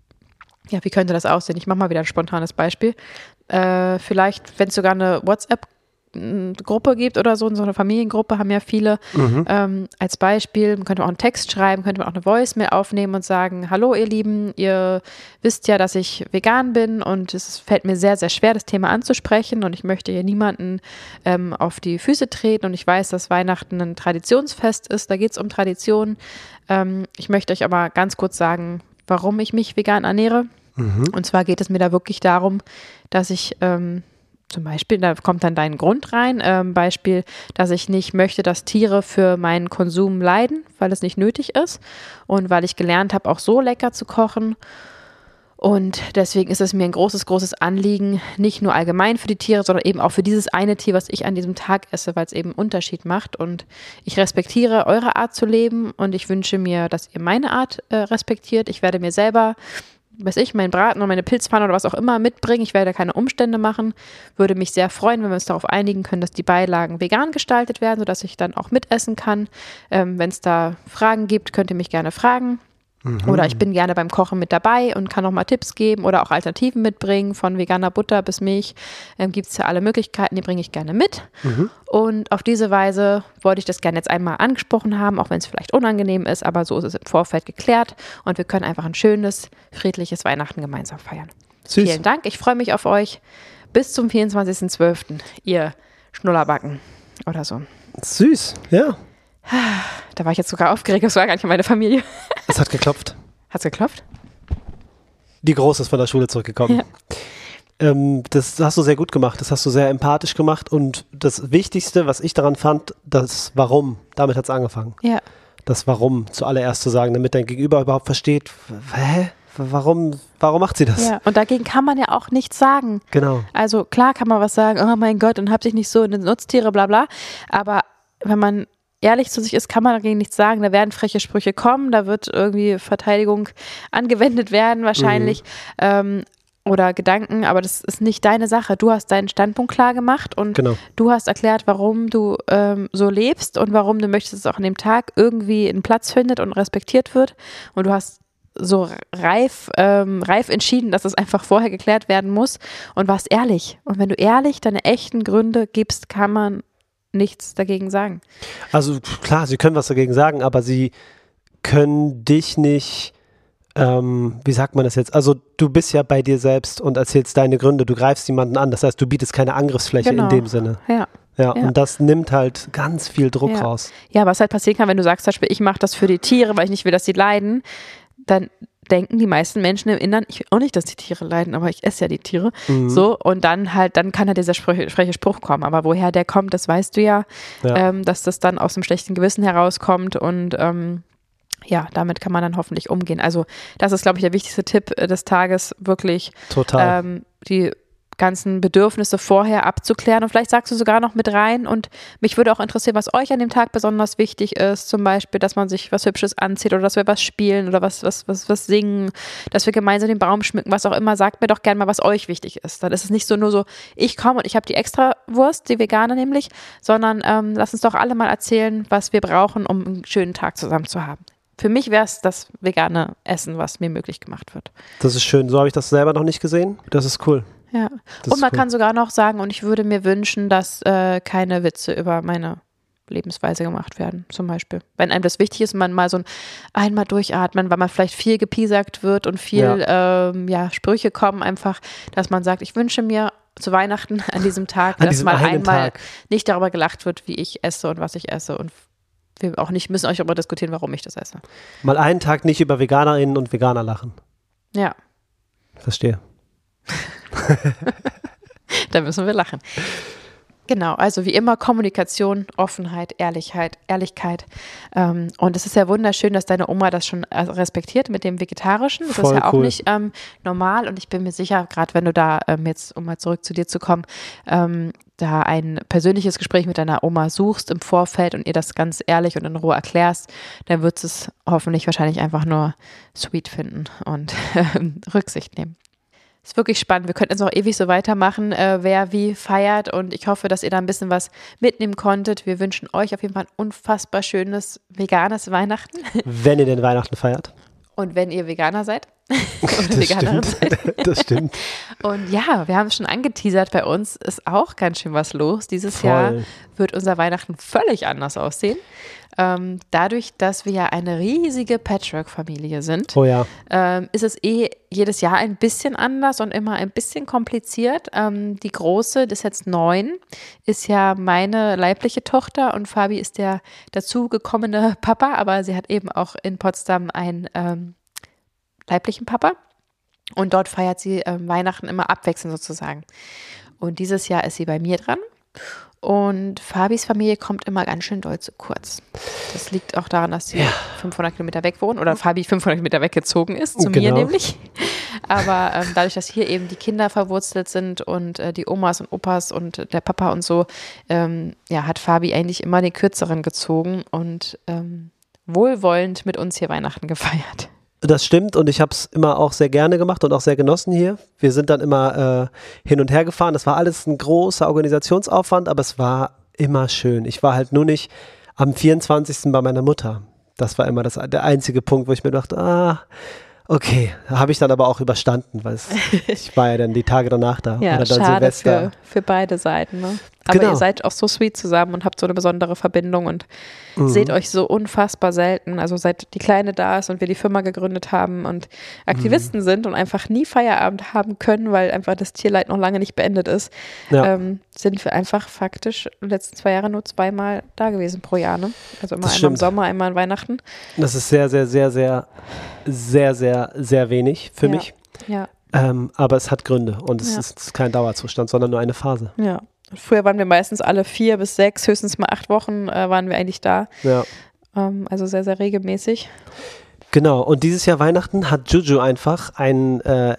ja, wie könnte das aussehen? Ich mache mal wieder ein spontanes Beispiel. Äh, vielleicht, wenn es sogar eine WhatsApp-Gruppe gibt oder so, so eine Familiengruppe, haben ja viele mhm. ähm, als Beispiel, man könnte auch einen Text schreiben, könnte man auch eine Voicemail aufnehmen und sagen, hallo ihr Lieben, ihr wisst ja, dass ich vegan bin und es fällt mir sehr, sehr schwer, das Thema anzusprechen und ich möchte hier niemanden ähm, auf die Füße treten und ich weiß, dass Weihnachten ein Traditionsfest ist, da geht es um Tradition. Ähm, ich möchte euch aber ganz kurz sagen, warum ich mich vegan ernähre. Mhm. Und zwar geht es mir da wirklich darum, dass ich ähm, zum Beispiel, da kommt dann dein Grund rein, ähm, Beispiel, dass ich nicht möchte, dass Tiere für meinen Konsum leiden, weil es nicht nötig ist und weil ich gelernt habe, auch so lecker zu kochen. Und deswegen ist es mir ein großes, großes Anliegen, nicht nur allgemein für die Tiere, sondern eben auch für dieses eine Tier, was ich an diesem Tag esse, weil es eben einen Unterschied macht. Und ich respektiere eure Art zu leben und ich wünsche mir, dass ihr meine Art äh, respektiert. Ich werde mir selber, weiß ich, meinen Braten oder meine Pilzpfanne oder was auch immer mitbringen. Ich werde keine Umstände machen. Würde mich sehr freuen, wenn wir uns darauf einigen können, dass die Beilagen vegan gestaltet werden, sodass ich dann auch mitessen kann. Ähm, wenn es da Fragen gibt, könnt ihr mich gerne fragen. Mhm. Oder ich bin gerne beim Kochen mit dabei und kann auch mal Tipps geben oder auch Alternativen mitbringen, von veganer Butter bis Milch. Ähm, gibt es ja alle Möglichkeiten, die bringe ich gerne mit. Mhm. Und auf diese Weise wollte ich das gerne jetzt einmal angesprochen haben, auch wenn es vielleicht unangenehm ist, aber so ist es im Vorfeld geklärt und wir können einfach ein schönes, friedliches Weihnachten gemeinsam feiern. Süß. Vielen Dank, ich freue mich auf euch. Bis zum vierundzwanzigsten zwölften ihr Schnullerbacken oder so. Süß, ja. Da war ich jetzt sogar aufgeregt, das war gar nicht meine Familie. Es hat geklopft. Hat's geklopft? Die Große ist von der Schule zurückgekommen. Ja. Ähm, das hast du sehr gut gemacht, das hast du sehr empathisch gemacht und das Wichtigste, was ich daran fand, das Warum, damit hat es angefangen. Ja. Das Warum zuallererst zu sagen, damit dein Gegenüber überhaupt versteht, hä? Warum, warum macht sie das? Ja, und dagegen kann man ja auch nichts sagen. Genau. Also klar kann man was sagen, oh mein Gott, und hab dich nicht so in den Nutztiere, bla bla, aber wenn man ehrlich zu sich ist, kann man dagegen nichts sagen. Da werden freche Sprüche kommen, da wird irgendwie Verteidigung angewendet werden wahrscheinlich mhm. ähm, oder Gedanken, aber das ist nicht deine Sache. Du hast deinen Standpunkt klar gemacht und genau. du hast erklärt, warum du ähm, so lebst und warum du möchtest, dass es auch an dem Tag irgendwie einen Platz findet und respektiert wird und du hast so reif, ähm, reif entschieden, dass es einfach vorher geklärt werden muss und warst ehrlich. Und wenn du ehrlich deine echten Gründe gibst, kann man nichts dagegen sagen. Also klar, sie können was dagegen sagen, aber sie können dich nicht, ähm, wie sagt man das jetzt? Also du bist ja bei dir selbst und erzählst deine Gründe, du greifst jemanden an, das heißt, du bietest keine Angriffsfläche genau. in dem Sinne. Ja. Ja, ja, und das nimmt halt ganz viel Druck ja. raus. Ja, was halt passieren kann, wenn du sagst, zum Beispiel, ich mache das für die Tiere, weil ich nicht will, dass sie leiden, dann denken die meisten Menschen im Innern, ich will auch nicht, dass die Tiere leiden, aber ich esse ja die Tiere. Mhm. So, und dann halt, dann kann halt dieser Spruch, freche Spruch kommen. Aber woher der kommt, das weißt du ja, ja. Ähm, dass das dann aus dem schlechten Gewissen herauskommt und ähm, ja, damit kann man dann hoffentlich umgehen. Also das ist, glaube ich, der wichtigste Tipp des Tages, wirklich Total. Ähm, die ganzen Bedürfnisse vorher abzuklären und vielleicht sagst du sogar noch mit rein und mich würde auch interessieren, was euch an dem Tag besonders wichtig ist, zum Beispiel, dass man sich was Hübsches anzieht oder dass wir was spielen oder was, was, was, was singen, dass wir gemeinsam den Baum schmücken, was auch immer, sagt mir doch gerne mal, was euch wichtig ist. Dann ist es nicht so nur so, ich komme und ich habe die extra Wurst, die vegane nämlich, sondern ähm, lass uns doch alle mal erzählen, was wir brauchen, um einen schönen Tag zusammen zu haben. Für mich wäre es das vegane Essen, was mir möglich gemacht wird. Das ist schön, so habe ich das selber noch nicht gesehen, das ist cool. Ja, das und man cool. kann sogar noch sagen, und ich würde mir wünschen, dass äh, keine Witze über meine Lebensweise gemacht werden, zum Beispiel. Wenn einem das wichtig ist, man mal so ein einmal durchatmen, weil man vielleicht viel gepiesackt wird und viel ja. Ähm, ja, Sprüche kommen einfach, dass man sagt, ich wünsche mir zu Weihnachten an diesem Tag, an dass mal einmal Tag. nicht darüber gelacht wird, wie ich esse und was ich esse und wir auch nicht müssen euch darüber diskutieren, warum ich das esse. Mal einen Tag nicht über VeganerInnen und Veganer lachen. Ja. Verstehe. Da müssen wir lachen. Genau, also wie immer Kommunikation, Offenheit, Ehrlichkeit, Ehrlichkeit. Ähm, und es ist ja wunderschön, dass deine Oma das schon respektiert mit dem Vegetarischen. Das Voll ist ja auch cool. nicht ähm, normal und ich bin mir sicher, gerade wenn du da ähm, jetzt, um mal zurück zu dir zu kommen, ähm, da ein persönliches Gespräch mit deiner Oma suchst im Vorfeld und ihr das ganz ehrlich und in Ruhe erklärst, dann wird es hoffentlich wahrscheinlich einfach nur sweet finden und Rücksicht nehmen. Ist wirklich spannend. Wir könnten jetzt auch ewig so weitermachen, äh, wer wie feiert und ich hoffe, dass ihr da ein bisschen was mitnehmen konntet. Wir wünschen euch auf jeden Fall ein unfassbar schönes veganes Weihnachten. Wenn ihr den Weihnachten feiert. Und wenn ihr Veganer seid. Oder Veganerin seid. Das stimmt. Und ja, wir haben es schon angeteasert, bei uns ist auch ganz schön was los. Dieses Voll. Jahr wird unser Weihnachten völlig anders aussehen. Ähm, dadurch, dass wir ja eine riesige Patchwork-Familie sind, oh ja. ähm, ist es eh jedes Jahr ein bisschen anders und immer ein bisschen kompliziert. Ähm, die Große, das ist jetzt neun, ist ja meine leibliche Tochter und Fabi ist der dazugekommene Papa, aber sie hat eben auch in Potsdam einen ähm, leiblichen Papa und dort feiert sie ähm, Weihnachten immer abwechselnd sozusagen. Und dieses Jahr ist sie bei mir dran. Und Fabis Familie kommt immer ganz schön doll zu kurz. Das liegt auch daran, dass sie ja. fünfhundert Kilometer weg wohnen oder Fabi fünfhundert Kilometer weggezogen ist, zu genau. mir nämlich. Aber ähm, dadurch, dass hier eben die Kinder verwurzelt sind und äh, die Omas und Opas und der Papa und so, ähm, ja, hat Fabi eigentlich immer den Kürzeren gezogen und ähm, wohlwollend mit uns hier Weihnachten gefeiert. Das stimmt und ich habe es immer auch sehr gerne gemacht und auch sehr genossen hier. Wir sind dann immer äh, hin und her gefahren. Das war alles ein großer Organisationsaufwand, aber es war immer schön. Ich war halt nur nicht am vierundzwanzigsten bei meiner Mutter. Das war immer das, der einzige Punkt, wo ich mir dachte, ah, okay, habe ich dann aber auch überstanden, weil es, ich war ja dann die Tage danach da. Ja, oder dann schade Silvester. Für, für beide Seiten. Ne? Aber genau. ihr seid auch so sweet zusammen und habt so eine besondere Verbindung und mhm. seht euch so unfassbar selten. Also seit die Kleine da ist und wir die Firma gegründet haben und Aktivisten mhm. sind und einfach nie Feierabend haben können, weil einfach das Tierleid noch lange nicht beendet ist, ja. ähm, sind wir einfach faktisch in den letzten zwei Jahren nur zweimal da gewesen pro Jahr. Ne? Also immer das einmal stimmt. im Sommer, einmal an Weihnachten. Das ist sehr, sehr, sehr, sehr, sehr, sehr, sehr wenig für ja. mich. Ja. Ähm, aber es hat Gründe und es ja. ist kein Dauerzustand, sondern nur eine Phase. Ja. Früher waren wir meistens alle vier bis sechs, höchstens mal acht Wochen äh, waren wir eigentlich da. Ja. Ähm, also sehr, sehr regelmäßig. Genau. Und dieses Jahr Weihnachten hat Juju einfach ein äh,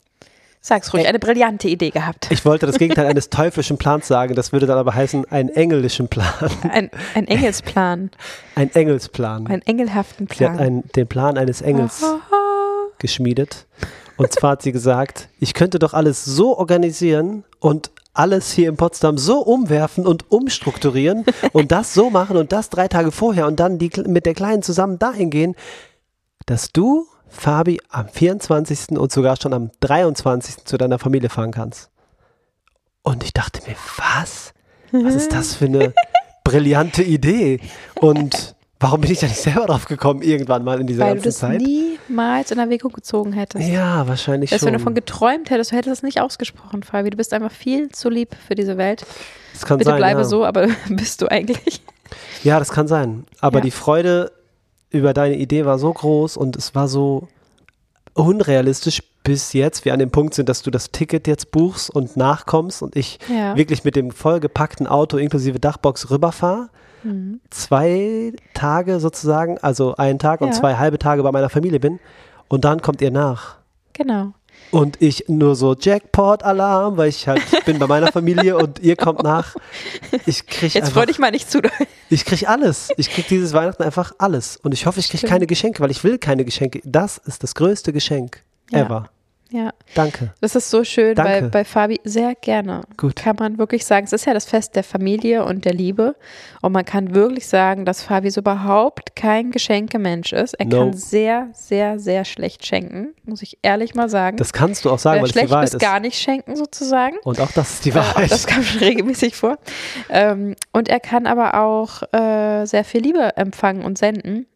Sag's ruhig, eine brillante Idee gehabt. Ich wollte das Gegenteil eines teuflischen Plans sagen, das würde dann aber heißen, einen engelischen Plan. Ein, ein Engelsplan. Ein Engelsplan. Einen engelhaften Plan. Sie hat einen, den Plan eines Engels geschmiedet. Und zwar hat sie gesagt, ich könnte doch alles so organisieren und alles hier in Potsdam so umwerfen und umstrukturieren und das so machen und das drei Tage vorher und dann die, mit der Kleinen zusammen dahin gehen, dass du, Fabi, am vierundzwanzigsten und sogar schon am dreiundzwanzigsten zu deiner Familie fahren kannst. Und ich dachte mir, was? Was ist das für eine brillante Idee? Und warum bin ich da nicht selber drauf gekommen, irgendwann mal in dieser Weil ganzen Zeit? Weil du das niemals in Erwägung gezogen hättest. Ja, wahrscheinlich Dass schon. Wenn du davon geträumt hättest, du hättest es nicht ausgesprochen, Fabi. Du bist einfach viel zu lieb für diese Welt. Das kann Bitte sein, bleibe ja. so, aber bist du eigentlich? Ja, das kann sein. Aber Ja. die Freude über deine Idee war so groß und es war so unrealistisch, bis jetzt wir an dem Punkt sind, dass du das Ticket jetzt buchst und nachkommst und ich Ja. wirklich mit dem vollgepackten Auto inklusive Dachbox rüberfahre. Mhm. Zwei Tage sozusagen, also einen Tag und Ja. zwei halbe Tage bei meiner Familie bin und dann kommt ihr nach. Genau. Und ich nur so Jackpot-Alarm, weil ich halt bin bei meiner Familie und ihr kommt nach. Ich krieg Jetzt einfach, freu dich mal nicht zu doll. ich krieg alles. Ich krieg dieses Weihnachten einfach alles. Und ich hoffe, ich krieg Stimmt. keine Geschenke, weil ich will keine Geschenke. Das ist das größte Geschenk Ja. ever. Ja. Danke. Das ist so schön, Danke. weil bei Fabi sehr gerne Gut. kann man wirklich sagen, es ist ja das Fest der Familie und der Liebe und man kann wirklich sagen, dass Fabi so überhaupt kein Geschenkemensch ist. Er No. kann sehr, sehr, sehr schlecht schenken, muss ich ehrlich mal sagen. Das kannst du auch sagen, äh, weil es die schlecht Wahrheit bis ist. gar nicht schenken sozusagen. Und auch das ist die Äh, Wahrheit. das kam schon regelmäßig vor. Ähm, und er kann aber auch äh, sehr viel Liebe empfangen und senden.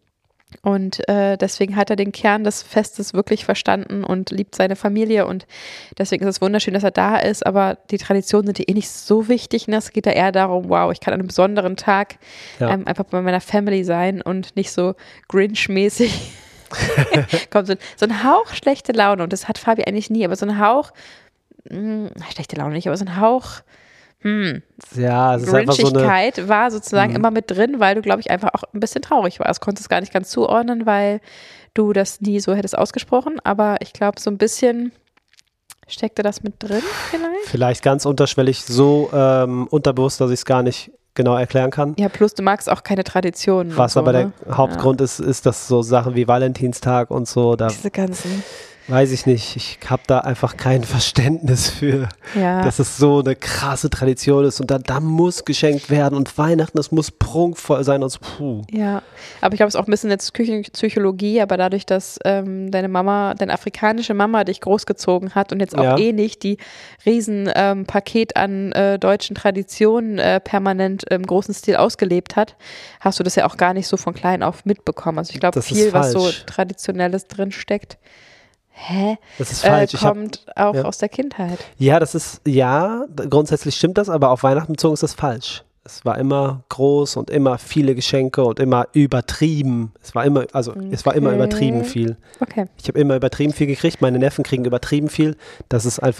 Und äh, deswegen hat er den Kern des Festes wirklich verstanden und liebt seine Familie und deswegen ist es wunderschön, dass er da ist, aber die Traditionen sind eh nicht so wichtig, ne? Es geht ja eher darum, wow, ich kann an einem besonderen Tag Ja. ähm, einfach bei meiner Family sein und nicht so Grinch-mäßig kommt so, so ein Hauch schlechte Laune und das hat Fabi eigentlich nie, aber so ein Hauch, mh, schlechte Laune nicht, aber so ein Hauch hm, Ja, es ist einfach so eine. Grinchigkeit war sozusagen Mhm. immer mit drin, weil du, glaube ich, einfach auch ein bisschen traurig warst. Konntest es gar nicht ganz zuordnen, weil du das nie so hättest ausgesprochen. Aber ich glaube, so ein bisschen steckte das mit drin vielleicht. Vielleicht ganz unterschwellig, so ähm, unterbewusst, dass ich es gar nicht genau erklären kann. Ja, plus du magst auch keine Traditionen. Was und so, aber ne? der Hauptgrund ist, ist, dass so Sachen wie Valentinstag und so, da Ja, diese ganzen, weiß ich nicht, ich habe da einfach kein Verständnis für, ja. dass es so eine krasse Tradition ist und da, da muss geschenkt werden und Weihnachten, das muss prunkvoll sein und so, puh. Ja, aber ich glaube, es ist auch ein bisschen jetzt Küchenpsychologie, aber dadurch, dass ähm, deine Mama, deine afrikanische Mama dich großgezogen hat und jetzt auch Ja. eh nicht die riesen ähm, Paket an äh, deutschen Traditionen äh, permanent im großen Stil ausgelebt hat, hast du das ja auch gar nicht so von klein auf mitbekommen. Also ich glaube, Das ist viel, was so falsch. Traditionelles drin steckt, hä, Das ist falsch. äh, Ich hab, kommt auch ja. aus der Kindheit. ja, das ist, ja, grundsätzlich stimmt das, aber auf Weihnachten bezogen ist das falsch. Es war immer groß und immer viele Geschenke und immer übertrieben. Es war immer, also es war immer Okay. übertrieben viel. Okay. Ich habe immer übertrieben viel gekriegt, meine Neffen kriegen übertrieben viel. Das ist einfach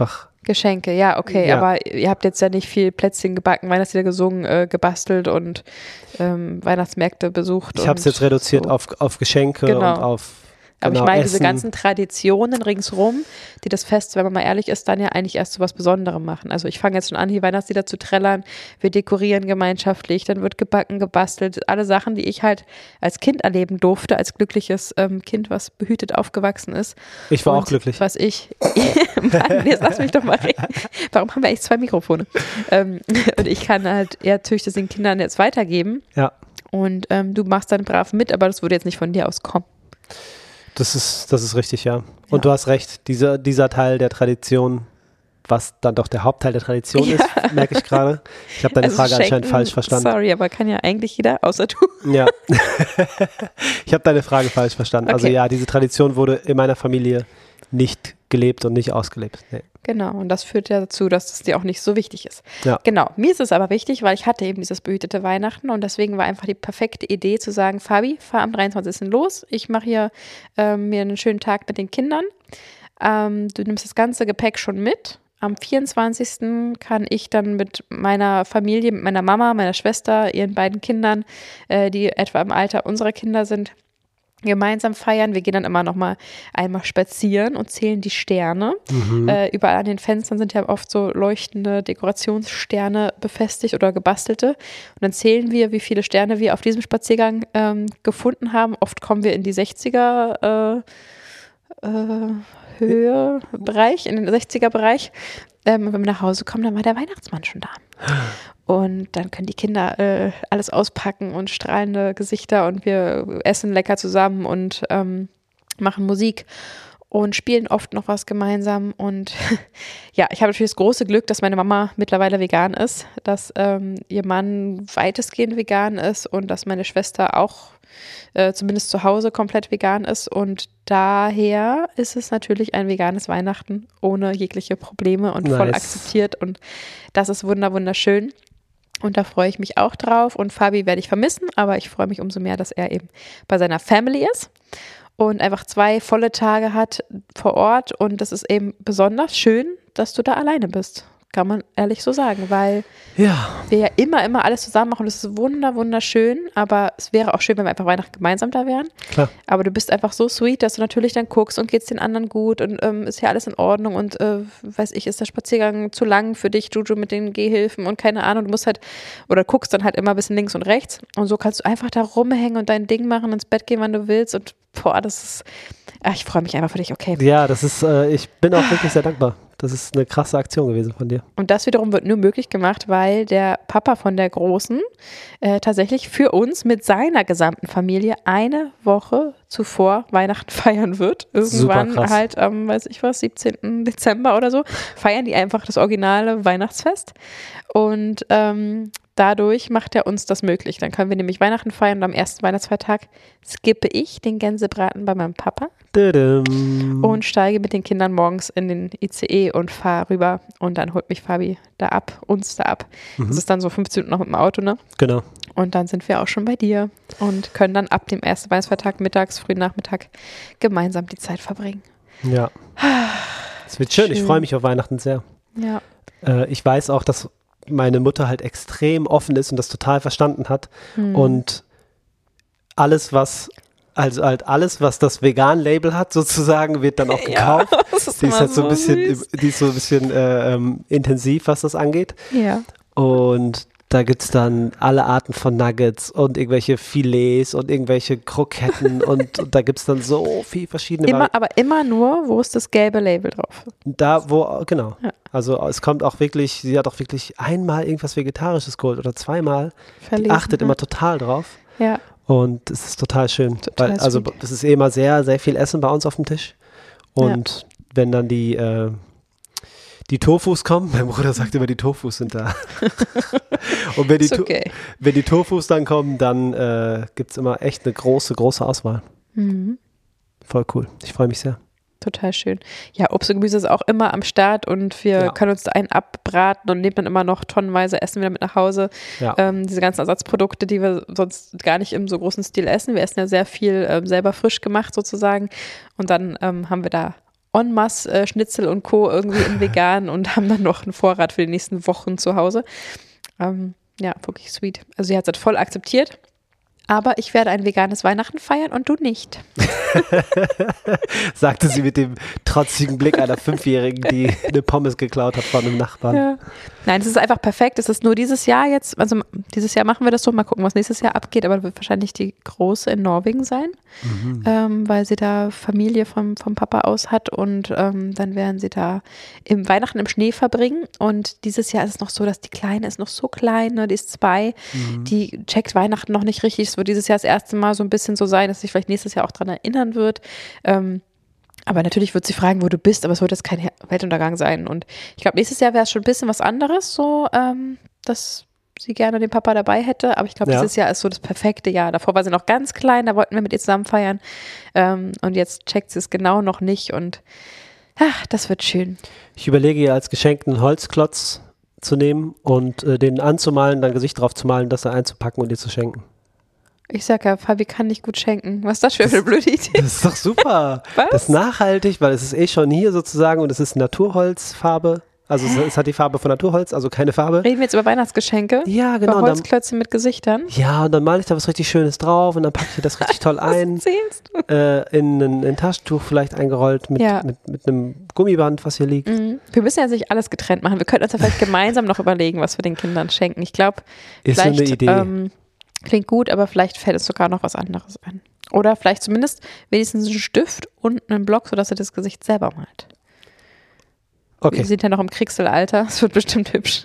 Geschenke, ja, okay, Ja. aber ihr habt jetzt ja nicht viel Plätzchen gebacken, Weihnachtslieder gesungen, äh, gebastelt und ähm, Weihnachtsmärkte besucht. Ich habe es und jetzt reduziert so. auf, auf Geschenke Genau. und auf Aber genau, ich meine, Essen. diese ganzen Traditionen ringsrum, die das Fest, wenn man mal ehrlich ist, dann ja eigentlich erst zu was Besonderem machen. Also ich fange jetzt schon an, die Weihnachtslieder zu trällern, wir dekorieren gemeinschaftlich, dann wird gebacken, gebastelt, alle Sachen, die ich halt als Kind erleben durfte, als glückliches ähm, Kind, was behütet aufgewachsen ist. Ich war Und auch glücklich. Was ich, Mann, jetzt lass mich doch mal reden. Warum haben wir eigentlich zwei Mikrofone? Ähm, und ich kann halt eher natürlich das den Kindern jetzt weitergeben. Ja. Und ähm, du machst dann brav mit, aber das würde jetzt nicht von dir aus kommen. Das ist, das ist richtig, ja. Und Ja. du hast recht, dieser, dieser Teil der Tradition, was dann doch der Hauptteil der Tradition Ja. ist, merke ich gerade. Ich habe deine Also Frage schenken, anscheinend falsch verstanden. Sorry, aber kann ja eigentlich jeder, außer du. Ja. Ich habe deine Frage falsch verstanden. Also Okay. ja, diese Tradition wurde in meiner Familie nicht gelebt und nicht ausgelebt. Nee. Genau, und das führt ja dazu, dass es dir auch nicht so wichtig ist. Ja. Genau, mir ist es aber wichtig, weil ich hatte eben dieses behütete Weihnachten und deswegen war einfach die perfekte Idee zu sagen, Fabi, fahr am dreiundzwanzigsten los, ich mache hier ähm, mir einen schönen Tag mit den Kindern. Ähm, du nimmst das ganze Gepäck schon mit. Am vierundzwanzigsten kann ich dann mit meiner Familie, mit meiner Mama, meiner Schwester, ihren beiden Kindern, äh, die etwa im Alter unserer Kinder sind, gemeinsam feiern. Wir gehen dann immer noch mal einmal spazieren und zählen die Sterne. Mhm. Äh, überall an den Fenstern sind ja oft so leuchtende Dekorationssterne befestigt oder gebastelte. Und dann zählen wir, wie viele Sterne wir auf diesem Spaziergang ähm, gefunden haben. Oft kommen wir in die sechziger äh, äh, Höhe, Bereich, in den sechziger Bereich. Ähm, wenn wir nach Hause kommen, dann war der Weihnachtsmann schon da. Und dann können die Kinder äh, alles auspacken und strahlende Gesichter und wir essen lecker zusammen und ähm, machen Musik und spielen oft noch was gemeinsam. Und ja, ich habe natürlich das große Glück, dass meine Mama mittlerweile vegan ist, dass ähm, ihr Mann weitestgehend vegan ist und dass meine Schwester auch äh, zumindest zu Hause komplett vegan ist. Und daher ist es natürlich ein veganes Weihnachten ohne jegliche Probleme und voll Nice. akzeptiert. Und das ist wunder wunderschön. Und da freue ich mich auch drauf. Und Fabi werde ich vermissen, aber ich freue mich umso mehr, dass er eben bei seiner Family ist und einfach zwei volle Tage hat vor Ort. Und das ist eben besonders schön, dass du da alleine bist. Kann man ehrlich so sagen, weil Ja. wir ja immer, immer alles zusammen machen. Das ist wunder, wunderschön, aber es wäre auch schön, wenn wir einfach Weihnachten gemeinsam da wären. Klar. Aber du bist einfach so sweet, dass du natürlich dann guckst und geht's den anderen gut und ähm, ist ja alles in Ordnung und äh, weiß ich, ist der Spaziergang zu lang für dich, Juju, mit den Gehhilfen und keine Ahnung, du musst halt, oder guckst dann halt immer ein bisschen links und rechts und so kannst du einfach da rumhängen und dein Ding machen, ins Bett gehen, wann du willst und boah, das ist, ach, ich freue mich einfach für dich, okay. Ja, das ist, äh, ich bin auch wirklich sehr dankbar. Das ist eine krasse Aktion gewesen von dir. Und das wiederum wird nur möglich gemacht, weil der Papa von der Großen äh, tatsächlich für uns mit seiner gesamten Familie eine Woche zuvor Weihnachten feiern wird. Irgendwann Super krass. halt am, weiß ich was, siebzehnten Dezember oder so, feiern die einfach das originale Weihnachtsfest. Und ähm, dadurch macht er uns das möglich. Dann können wir nämlich Weihnachten feiern und am ersten Weihnachtsfeiertag skippe ich den Gänsebraten bei meinem Papa Tudum. und steige mit den Kindern morgens in den I C E und fahre rüber und dann holt mich Fabi da ab, uns da ab. Das ist dann so fünfzehn Minuten noch mit dem Auto, ne? Genau. Und dann sind wir auch schon bei dir und können dann ab dem ersten Weihnachtsfeiertag mittags, frühen Nachmittag gemeinsam die Zeit verbringen. Ja. Es wird schön. Ich Schön. freue mich auf Weihnachten sehr. Ja. Äh, ich weiß auch, dass meine Mutter halt extrem offen ist und das total verstanden hat. Hm. Und alles, was, also halt alles, was das Vegan-Label hat, sozusagen, wird dann auch Ja, gekauft. das ist Die ist immer halt so ein so bisschen, süß. die ist so ein bisschen äh, ähm, intensiv, was das angeht. Ja. Und da gibt es dann alle Arten von Nuggets und irgendwelche Filets und irgendwelche Kroketten und, und da gibt es dann so viel verschiedene Immer, Vari- aber immer nur, wo ist das gelbe Label drauf? Da, wo, genau. Ja. Also es kommt auch wirklich, sie hat auch wirklich einmal irgendwas Vegetarisches geholt oder zweimal. Die Verlesen, achtet ne? immer total drauf. Ja. Und es ist total schön. Total weil, also sweet. es ist eh immer sehr, sehr viel Essen bei uns auf dem Tisch. Und wenn dann die, äh, die Tofus kommen, mein Bruder sagt immer, die Tofus sind da. Und wenn die, Ist To- okay. wenn die Tofus dann kommen, dann äh, gibt es immer echt eine große, große Auswahl. Mhm. Voll cool. Ich freue mich sehr. Total schön. Ja, Obst und Gemüse ist auch immer am Start und wir Ja. können uns da einen abbraten und nehmen dann immer noch tonnenweise Essen wieder mit nach Hause. Ja. Ähm, diese ganzen Ersatzprodukte, die wir sonst gar nicht im so großen Stil essen. Wir essen ja sehr viel ähm, selber frisch gemacht sozusagen und dann ähm, haben wir da en masse äh, Schnitzel und Co. irgendwie in vegan und haben dann noch einen Vorrat für die nächsten Wochen zu Hause. Ähm, ja, wirklich sweet. Also sie hat es voll akzeptiert. Aber ich werde ein veganes Weihnachten feiern und du nicht. Sagte sie mit dem trotzigen Blick einer Fünfjährigen, die eine Pommes geklaut hat von einem Nachbarn. Ja. Nein, es ist einfach perfekt. Es ist nur dieses Jahr jetzt, also dieses Jahr machen wir das so, mal gucken, was nächstes Jahr abgeht, aber wird wahrscheinlich die Große in Norwegen sein, mhm. ähm, weil sie da Familie vom, vom Papa aus hat und ähm, dann werden sie da im Weihnachten im Schnee verbringen und dieses Jahr ist es noch so, dass die Kleine ist noch so klein, ne, die ist zwei, mhm. die checkt Weihnachten noch nicht richtig. Es wird dieses Jahr das erste Mal so ein bisschen so sein, dass sich vielleicht nächstes Jahr auch daran erinnern wird. Ähm, aber natürlich wird sie fragen, wo du bist, aber es wird jetzt kein Weltuntergang sein. Und ich glaube, nächstes Jahr wäre es schon ein bisschen was anderes, so, ähm, dass sie gerne den Papa dabei hätte. Aber ich glaube, ja. dieses Jahr ist so das perfekte Jahr. Davor war sie noch ganz klein, da wollten wir mit ihr zusammen feiern. Ähm, und jetzt checkt sie es genau noch nicht. Und ach, das wird schön. Ich überlege ihr als Geschenk einen Holzklotz zu nehmen und äh, den anzumalen, dann Gesicht drauf zu malen, das da einzupacken und ihr zu schenken. Ich sag ja, Fabi kann nicht gut schenken. Was ist das für eine blöde Idee? Das ist doch super. Was? Das ist nachhaltig, weil es ist eh schon hier sozusagen und es ist Naturholzfarbe. Also es, es hat die Farbe von Naturholz, also keine Farbe. Reden wir jetzt über Weihnachtsgeschenke? Ja, genau. Über Holzklötze mit Gesichtern? Ja, und dann male ich da was richtig Schönes drauf und dann packe ich das richtig toll ein. Was erzählst du? Äh, in ein, ein Taschentuch vielleicht eingerollt mit, ja. mit, mit einem Gummiband, was hier liegt. Mhm. Wir müssen ja nicht alles getrennt machen. Wir könnten uns ja vielleicht gemeinsam noch überlegen, was wir den Kindern schenken. Ich glaube, ist so eine Idee. Ähm, klingt gut, aber vielleicht fällt es sogar noch was anderes ein. Oder vielleicht zumindest wenigstens einen Stift und einen Block, sodass er das Gesicht selber malt. Okay. Wir sind ja noch im Kriegselalter, es wird bestimmt hübsch.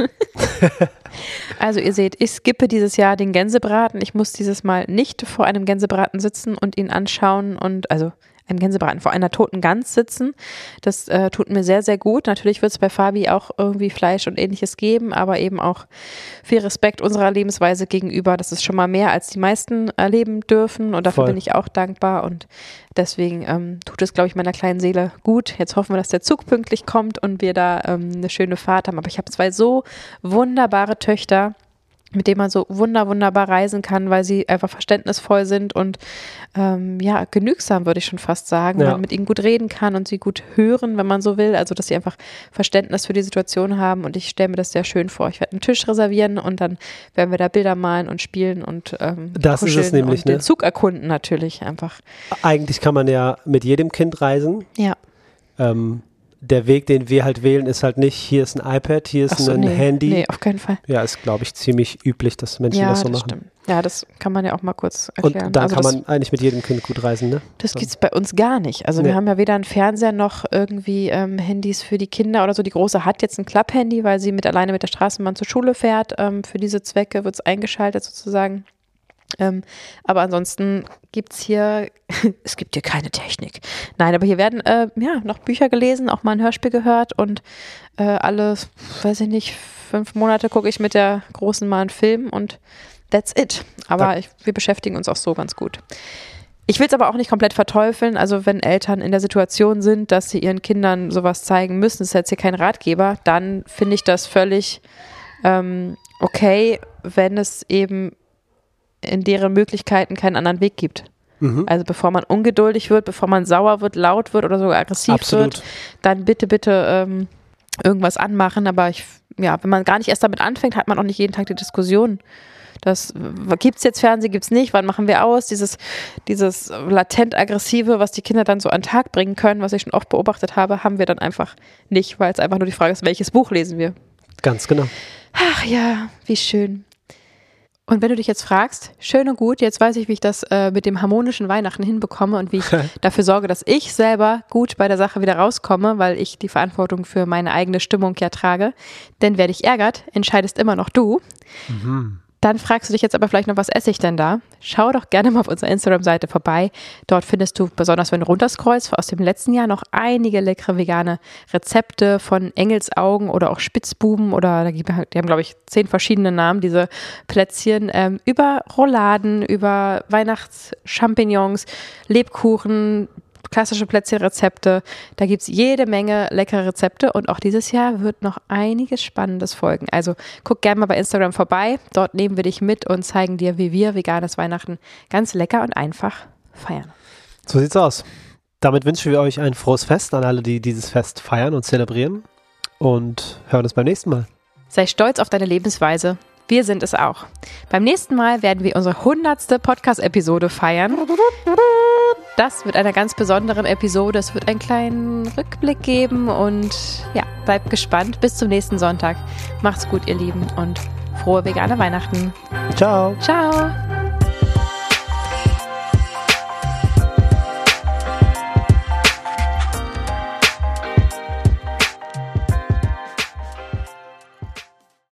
Also ihr seht, ich skippe dieses Jahr den Gänsebraten. Ich muss dieses Mal nicht vor einem Gänsebraten sitzen und ihn anschauen und, also einem Gänsebraten vor einer toten Gans sitzen. Das äh, tut mir sehr, sehr gut. Natürlich wird es bei Fabi auch irgendwie Fleisch und Ähnliches geben, aber eben auch viel Respekt unserer Lebensweise gegenüber. Das ist schon mal mehr, als die meisten erleben dürfen und dafür Voll. bin ich auch dankbar und deswegen ähm, tut es, glaube ich, meiner kleinen Seele gut. Jetzt hoffen wir, dass der Zug pünktlich kommt und wir da ähm, eine schöne Fahrt haben. Aber ich habe zwei so wunderbare Töchter, mit denen man so wunder, wunderbar reisen kann, weil sie einfach verständnisvoll sind und ähm, ja, genügsam, würde ich schon fast sagen. Ja. Man mit ihnen gut reden kann und sie gut hören, wenn man so will. Also, dass sie einfach Verständnis für die Situation haben und ich stelle mir das sehr schön vor. Ich werde einen Tisch reservieren und dann werden wir da Bilder malen und spielen und ähm, das ist es nämlich, und den ne? Zug erkunden natürlich einfach. Eigentlich kann man ja mit jedem Kind reisen. Ja. Ähm, Der Weg, den wir halt wählen, ist halt nicht, hier ist ein iPad, hier ist so, ein nee, Handy. Nee, auf keinen Fall. Ja, ist, glaube ich, ziemlich üblich, dass Menschen ja, das so das machen. Stimmt. Ja, das kann man ja auch mal kurz erklären. Und da also kann das, man eigentlich mit jedem Kind gut reisen, ne? Das so. gibt es bei uns gar nicht. Also nee. wir haben ja weder einen Fernseher noch irgendwie ähm, Handys für die Kinder oder so. Die Große hat jetzt ein Klapphandy, weil sie mit alleine mit der Straßenbahn zur Schule fährt. Ähm, für diese Zwecke wird es eingeschaltet sozusagen. Ähm, aber ansonsten gibt es hier, es gibt hier keine Technik. Nein, aber hier werden äh, ja noch Bücher gelesen, auch mal ein Hörspiel gehört und äh, alle, weiß ich nicht, fünf Monate gucke ich mit der Großen mal einen Film und that's it. Aber ich, wir beschäftigen uns auch so ganz gut. Ich will es aber auch nicht komplett verteufeln. Also wenn Eltern in der Situation sind, dass sie ihren Kindern sowas zeigen müssen, das ist jetzt hier kein Ratgeber, dann finde ich das völlig ähm, okay, wenn es eben in deren Möglichkeiten keinen anderen Weg gibt. Mhm. Also bevor man ungeduldig wird, bevor man sauer wird, laut wird oder sogar aggressiv Absolut. wird, dann bitte, bitte ähm, irgendwas anmachen. Aber ich, ja, wenn man gar nicht erst damit anfängt, hat man auch nicht jeden Tag die Diskussion. Das gibt es jetzt Fernsehen, gibt es nicht, wann machen wir aus? Dieses, dieses latent aggressive, was die Kinder dann so an den Tag bringen können, was ich schon oft beobachtet habe, haben wir dann einfach nicht, weil es einfach nur die Frage ist, welches Buch lesen wir? Ganz genau. Ach ja, wie schön. Und wenn du dich jetzt fragst, schön und gut, jetzt weiß ich, wie ich das äh, mit dem harmonischen Weihnachten hinbekomme und wie ich dafür sorge, dass ich selber gut bei der Sache wieder rauskomme, weil ich die Verantwortung für meine eigene Stimmung ja trage. Denn wer dich ärgert, entscheidest immer noch du. Mhm. Dann fragst du dich jetzt aber vielleicht noch, was esse ich denn da? Schau doch gerne mal auf unserer Instagram-Seite vorbei. Dort findest du, besonders wenn du runterscrollst, aus dem letzten Jahr noch einige leckere vegane Rezepte von Engelsaugen oder auch Spitzbuben oder die haben, glaube ich, zehn verschiedene Namen, diese Plätzchen, ähm, über Rouladen, über Weihnachtschampignons, Lebkuchen, klassische Plätzchenrezepte. Da gibt es jede Menge leckere Rezepte und auch dieses Jahr wird noch einiges Spannendes folgen. Also guck gerne mal bei Instagram vorbei. Dort nehmen wir dich mit und zeigen dir, wie wir veganes Weihnachten ganz lecker und einfach feiern. So sieht's aus. Damit wünschen wir euch ein frohes Fest an alle, die dieses Fest feiern und zelebrieren und hören uns beim nächsten Mal. Sei stolz auf deine Lebensweise. Wir sind es auch. Beim nächsten Mal werden wir unsere hundertste Podcast-Episode feiern. Das wird eine ganz besondere Episode. Es wird einen kleinen Rückblick geben und ja, bleibt gespannt. Bis zum nächsten Sonntag. Macht's gut, ihr Lieben, und frohe vegane Weihnachten. Ciao. Ciao.